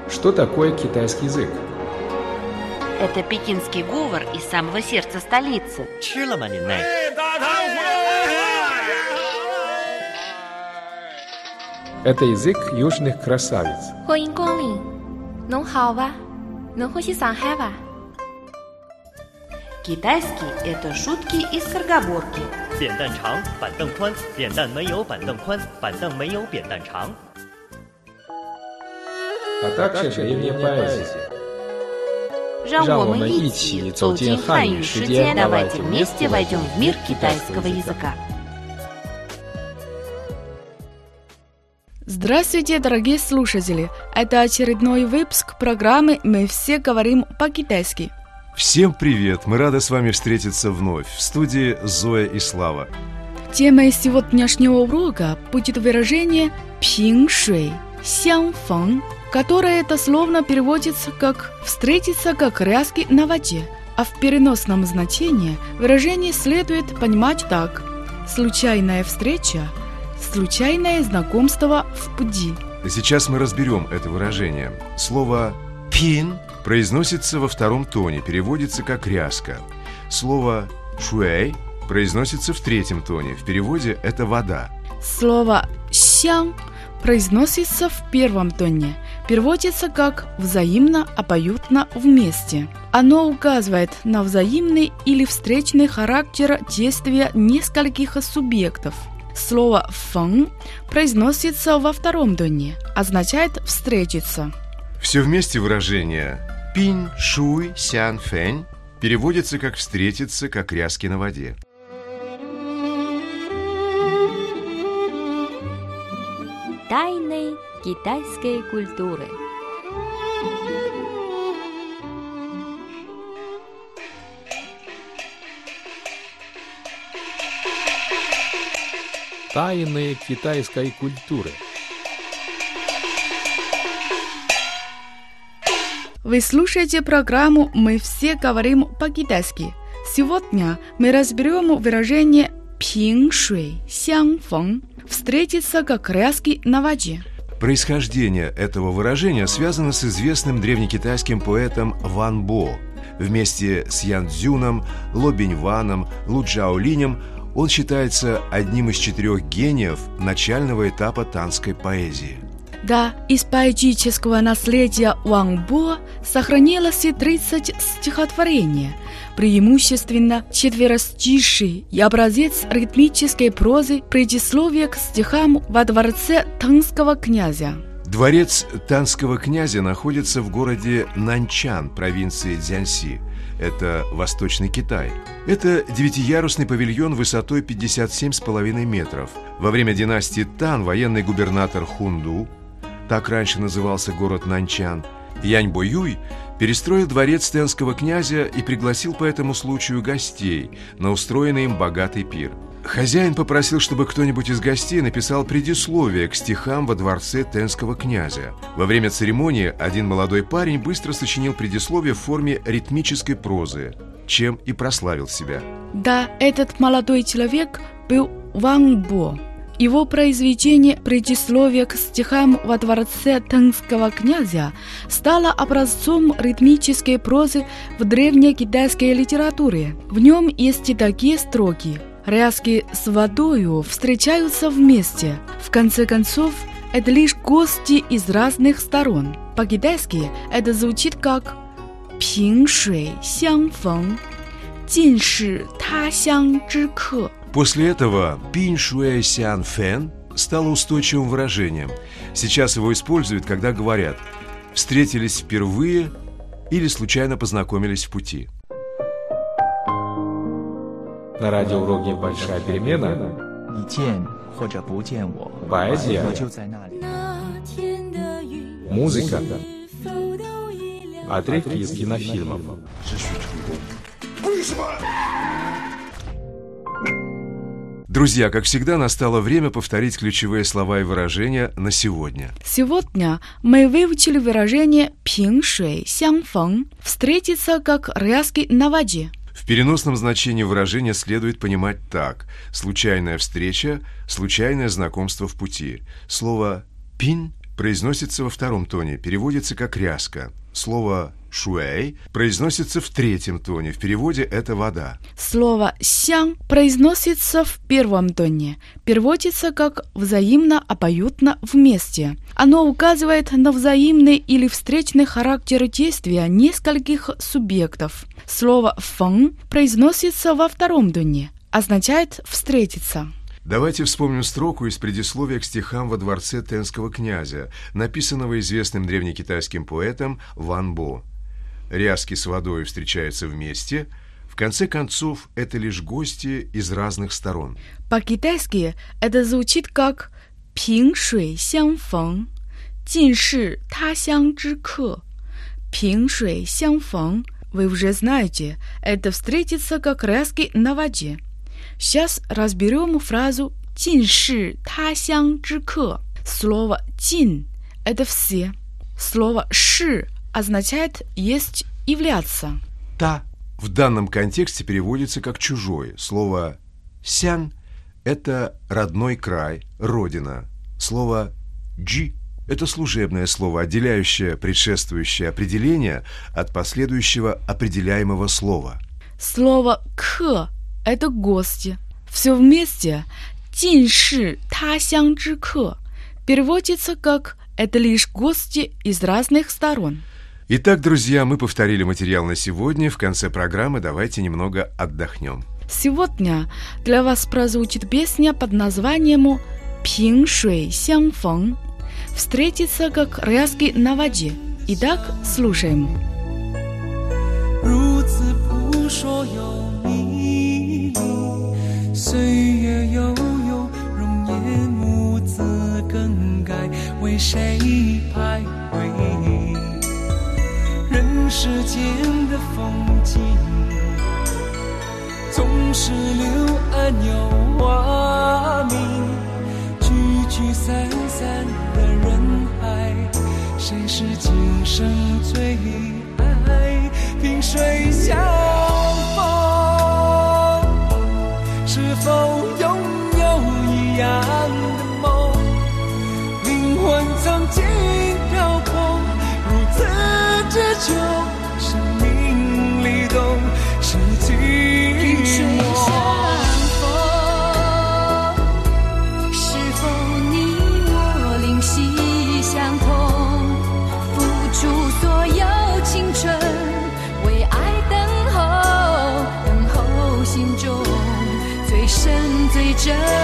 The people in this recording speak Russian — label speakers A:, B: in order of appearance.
A: Что такое китайский язык?
B: Это пекинский говор из самого сердца столицы.
A: Это язык южных красавиц.
B: Китайский – это шутки и скороговорки.
C: 扁担长，板凳宽，扁担没有板凳宽，板凳没有扁担长。
A: А также древняя поэзия.
B: 让我们一起走进汉语世界，давайте вместе войдем в мир китайского языка.
D: Здравствуйте, дорогие слушатели! Это очередной выпуск программы «Мы все говорим по-китайски».
E: Всем привет! Мы рады с вами встретиться вновь в студии Зоя и Слава.
D: Темой сегодняшнего урока будет выражение «пинг-шуй сян-фэн», которое дословно переводится как «встретиться как ряски на воде», а в переносном значении выражение следует понимать так: случайная встреча, случайное знакомство в пути.
E: Сейчас мы разберем это выражение. Слово «пин» произносится во втором тоне, переводится как «ряска». Слово «шуэй» произносится в третьем тоне, в переводе это «вода».
D: Слово «сян» произносится в первом тоне, переводится как «взаимно, обоюдно, вместе». Оно указывает на взаимный или встречный характер действия нескольких субъектов. Слово «фэн» произносится во втором тоне, означает «встретиться».
E: Все вместе выражение «пин, шуй, сян, фэнь» переводится как «встретиться, как ряски на воде».
F: Тайны китайской культуры.
A: Тайны китайской культуры.
D: Вы слушаете программу «Мы все говорим по-китайски». Сегодня мы разберем выражение «пинг-шуй сян-фэн» – «встретиться как ряски на воде».
E: Происхождение этого выражения связано с известным древнекитайским поэтом Ван Бо. Вместе с Ян Цзюном, Ло Биньваном, Лу Чжаолинем он считается одним из 4 гениев начального этапа танской поэзии.
D: Да, из поэтического наследия Ван Бо сохранилось 30 стихотворений, преимущественно четверостишие и образец ритмической прозы, предисловие к стихам во дворце Танского князя.
E: Дворец Танского князя находится в городе Наньчан, провинции Цзянси. Это Восточный Китай. Это 9-ярусный павильон высотой 57,5 метров. Во время династии Тан военный губернатор Хунду, так раньше назывался город Наньчан, Янь Бо-юй перестроил дворец Танского князя и пригласил по этому случаю гостей на устроенный им богатый пир. Хозяин попросил, чтобы кто-нибудь из гостей написал предисловие к стихам во дворце Танского князя. Во время церемонии один молодой парень быстро сочинил предисловие в форме ритмической прозы, чем и прославил себя.
D: Да, этот молодой человек был Ван Бо. Его произведение «Предисловие к стихам во дворце Танского князя» стало образцом ритмической прозы в древней китайской литературе. В нем есть такие строки: «Ряски с водою встречаются вместе. В конце концов, это лишь гости из разных сторон». По-китайски это звучит как «пинг-шуй сян-фэн, цин-ши та-сян зhi-ке».
E: После этого «пинг-шуй сян-фэн» стало устойчивым выражением. Сейчас его используют, когда говорят «встретились впервые» или «случайно познакомились в пути».
A: На радиоуроке «Большая перемена» поэзия, музыка, отрывки из кинофильмов.
E: Друзья, как всегда, настало время повторить ключевые слова и выражения на сегодня.
D: Сегодня мы выучили выражение «пинг-шуй сян-фэн» – «встретиться как ряски на воде».
E: В переносном значении выражения следует понимать так: случайная встреча, случайное знакомство в пути. Слово «пин» произносится во втором тоне, переводится как ряска. Слово «шуэй» произносится в третьем тоне, в переводе это вода.
D: Слово «сян» произносится в первом тоне, переводится как «взаимно, обоюдно, вместе». Оно указывает на взаимный или встречный характер действия нескольких субъектов. Слово «фэн» произносится во втором тоне, означает «встретиться».
E: Давайте вспомним строку из предисловия к стихам «Во дворце Тенского князя», написанного известным древнекитайским поэтом Ван Бо. Ряски с водой встречаются вместе. В конце концов, это лишь гости из разных сторон.
D: По-китайски это звучит как «пинг шуй сян фэн», «цин ши та сян зhi ke». «Пинг шуй сян фэн» вы уже знаете, это встретиться как ряски на воде. Сейчас разберем фразу «цин ши та сян зhi ke». Слово «цин» – это все. Слово «ши» означает «есть, являться».
E: «Та» в данном контексте переводится как «чужой». Слово «сян» – это родной край, родина. Слово «джи» – это служебное слово, отделяющее предшествующее определение от последующего определяемого слова.
D: Слово «к» – это гости. Все вместе «цин ши та сян зhi ke» переводится как «это лишь гости из разных сторон».
E: Итак, друзья, мы повторили материал на сегодня. В конце программы давайте немного отдохнем.
D: Сегодня для вас прозвучит песня под названием «Пинг шуй сян фэн». Встретиться как ряски на воде. Итак, слушаем.
G: 如此扑朔有迷离，岁月悠悠，容颜兀自更改，为谁徘徊？人世间的风景，总是柳暗有花明，聚聚散散的人海，谁是今生最爱？萍水相逢，是否拥有一样的梦？灵魂曾经漂泊，如此之久，生命里懂是寂寞。
F: 是否你我灵犀相通，付出所有青春，为爱等候，等候心中最深最真。